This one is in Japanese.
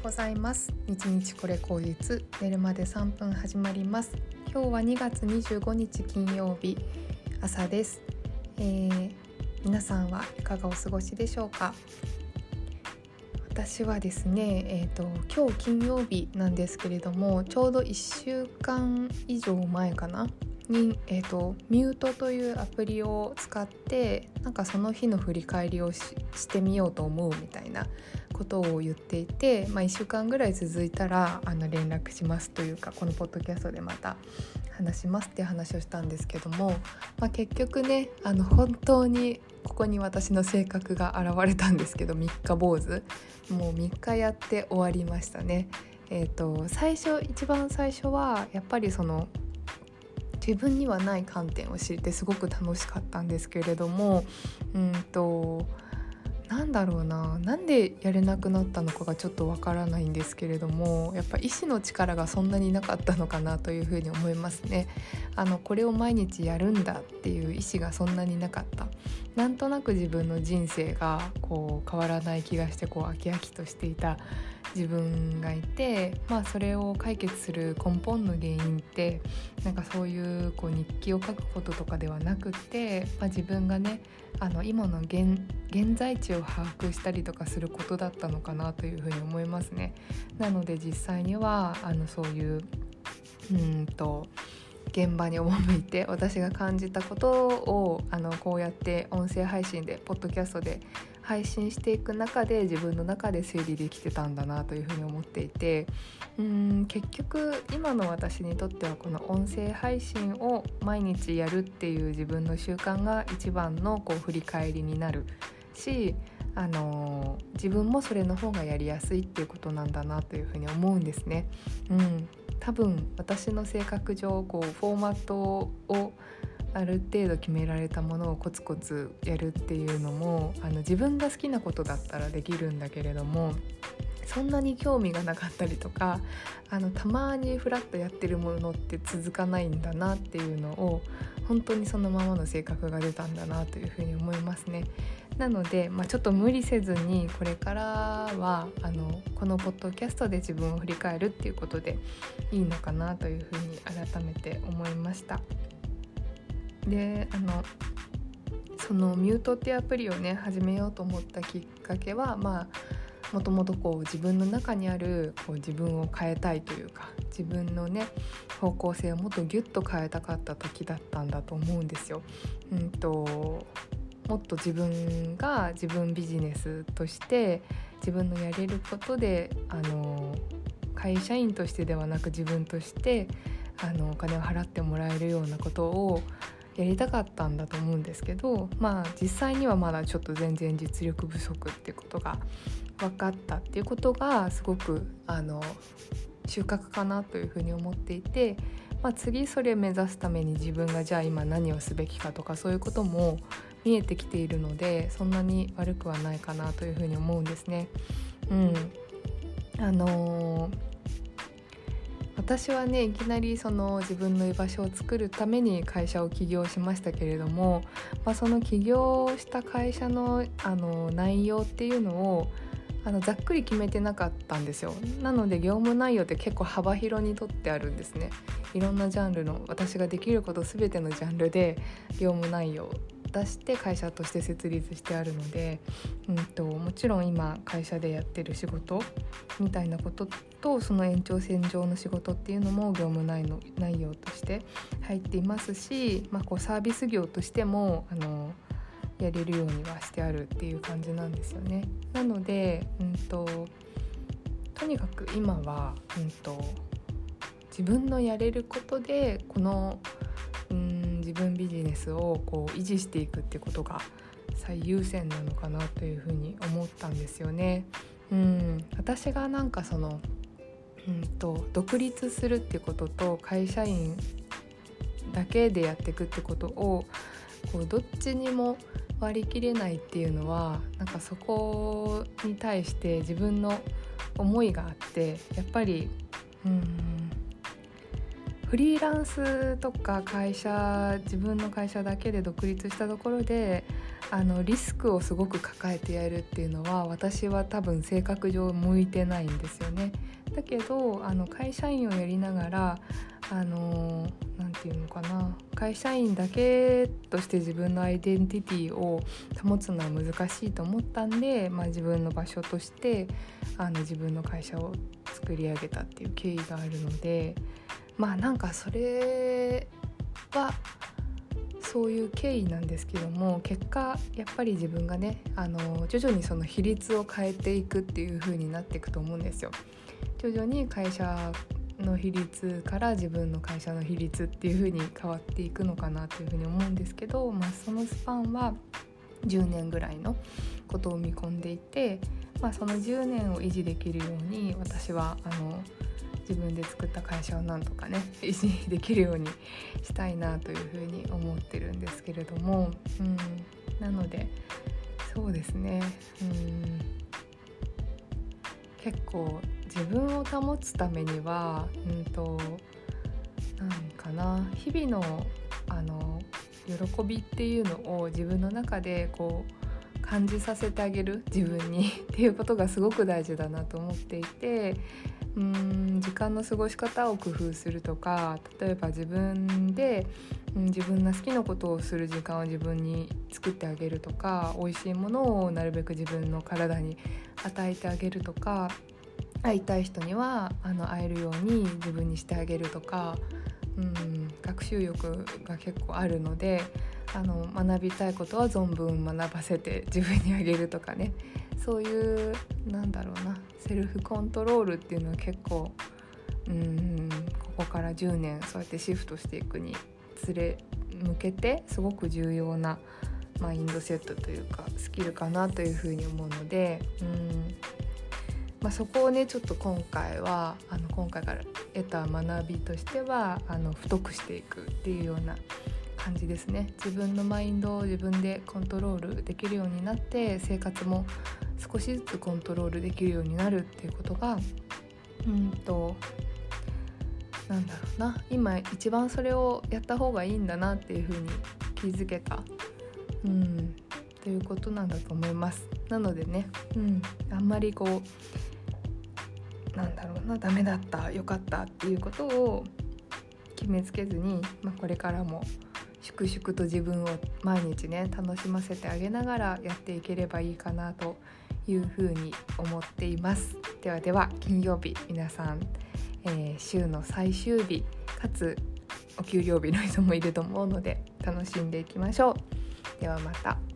ございます。日々これ口実、寝るまで3分始まります。今日は2月25日金曜日朝です。皆さんはいかがお過ごしでしょうか。私はですね、今日金曜日なんですけれども、ちょうど1週間以上前かなに、ミュートというアプリを使ってその日の振り返りをしてみようと思うみたいなことを言っていて、1週間ぐらい続いたら連絡しますというか、このポッドキャストでまた話しますっていう話をしたんですけども、結局ね本当にここに私の性格が現れたんですけど、三日坊主、もう3日やって終わりましたね。一番最初はやっぱり自分にはない観点を知ってすごく楽しかったんですけれども、なんでやれなくなったのかがちょっとわからないんですけれども、やっぱ意志の力がそんなになかったのかなというふうに思いますね。これを毎日やるんだっていう意志がそんなになかった。なんとなく自分の人生が変わらない気がして飽き飽きとしていた自分がいて、それを解決する根本の原因ってそういう日記を書くこととかではなくて、自分がね今の現在地を把握したりとかすることだったのかなというふうに思いますね。なので実際にはそういう現場に赴いて私が感じたことをこうやって音声配信でポッドキャストで配信していく中で自分の中で整理できてたんだなというふうに思っていて、結局今の私にとってはこの音声配信を毎日やるっていう自分の習慣が一番の振り返りになるし、自分もそれの方がやりやすいっていうことなんだなというふうに思うんですね。多分私の性格上フォーマットをある程度決められたものをコツコツやるっていうのも自分が好きなことだったらできるんだけれども、そんなに興味がなかったりとかたまにフラッとやってるものって続かないんだなっていうのを本当にそのままの性格が出たんだなというふうに思いますね。なので、ちょっと無理せずにこれからはこのポッドキャストで自分を振り返るっていうことでいいのかなというふうに改めて思いました。でそのミュートっていうアプリをね始めようと思ったきっかけはもともと自分の中にある自分を変えたいというか、自分のね方向性をもっとギュッと変えたかった時だったんだと思うんですよ。もっと自分が自分ビジネスとして自分のやれることで会社員としてではなく自分としてお金を払ってもらえるようなことをやりたかったんだと思うんですけど、実際にはまだちょっと全然実力不足っていうことが分かったっていうことがすごく収穫かなというふうに思っていて、次それを目指すために自分がじゃあ今何をすべきかとかそういうことも見えてきているので、そんなに悪くはないかなというふうに思うんですね。私はねいきなり自分の居場所を作るために会社を起業しましたけれども、その起業した会社の内容っていうのをざっくり決めてなかったんですよ。なので業務内容って結構幅広にとってあるんですね。いろんなジャンルの私ができること全てのジャンルで業務内容を出して会社として設立してあるので、もちろん今会社でやってる仕事みたいなこととその延長線上の仕事っていうのも業務内容として入っていますし、サービス業としてもやれるようにはしてあるっていう感じなんですよね。なので、とにかく今は、自分のやれることでこの自分ビジネスを維持していくってことが最優先なのかなというふうに思ったんですよね。私が独立するってことと会社員だけでやっていくってことをどっちにも割り切れないっていうのはそこに対して自分の思いがあって、やっぱりフリーランスとか自分の会社だけで独立したところでリスクをすごく抱えてやるっていうのは私は多分性格上向いてないんですよね。だけど会社員をやりながらなんていうのかな、会社員だけとして自分のアイデンティティを保つのは難しいと思ったんで、自分の場所として自分の会社を作り上げたっていう経緯があるので、なんかそれはそういう経緯なんですけども、結果やっぱり自分がね徐々にその比率を変えていくっていう風になっていくと思うんですよ。徐々に会社の比率から自分の会社の比率っていう風に変わっていくのかなという風に思うんですけど、そのスパンは10年ぐらいのことを見込んでいて、その10年を維持できるように私は自分で作った会社をなんとかね維持できるようにしたいなというふうに思ってるんですけれども、なのでそうですね、結構自分を保つためには何かな、日々の喜びっていうのを自分の中でこう感じさせてあげる自分にっていうことがすごく大事だなと思っていて、時間の過ごし方を工夫するとか、例えば自分で自分の好きなことをする時間を自分に作ってあげるとか、美味しいものをなるべく自分の体に与えてあげるとか、会いたい人には会えるように自分にしてあげるとか、学習欲が結構あるので学びたいことは存分学ばせて自分にあげるとかね、そういうセルフコントロールっていうのは結構ここから10年そうやってシフトしていくにつれ向けてすごく重要なマインドセットというかスキルかなというふうに思うので、そこをねちょっと今回から得た学びとしては太くしていくっていうような感じですね。自分のマインドを自分でコントロールできるようになって、生活も少しずつコントロールできるようになるっていうことが今一番それをやった方がいいんだなっていうふうに気づけたということなんだと思います。なのでね、あんまりダメだった良かったっていうことを決めつけずに、これからも粛々と自分を毎日ね楽しませてあげながらやっていければいいかなというふうに思っています。では金曜日皆さん、週の最終日かつお給料日の人もいると思うので楽しんでいきましょう。ではまた。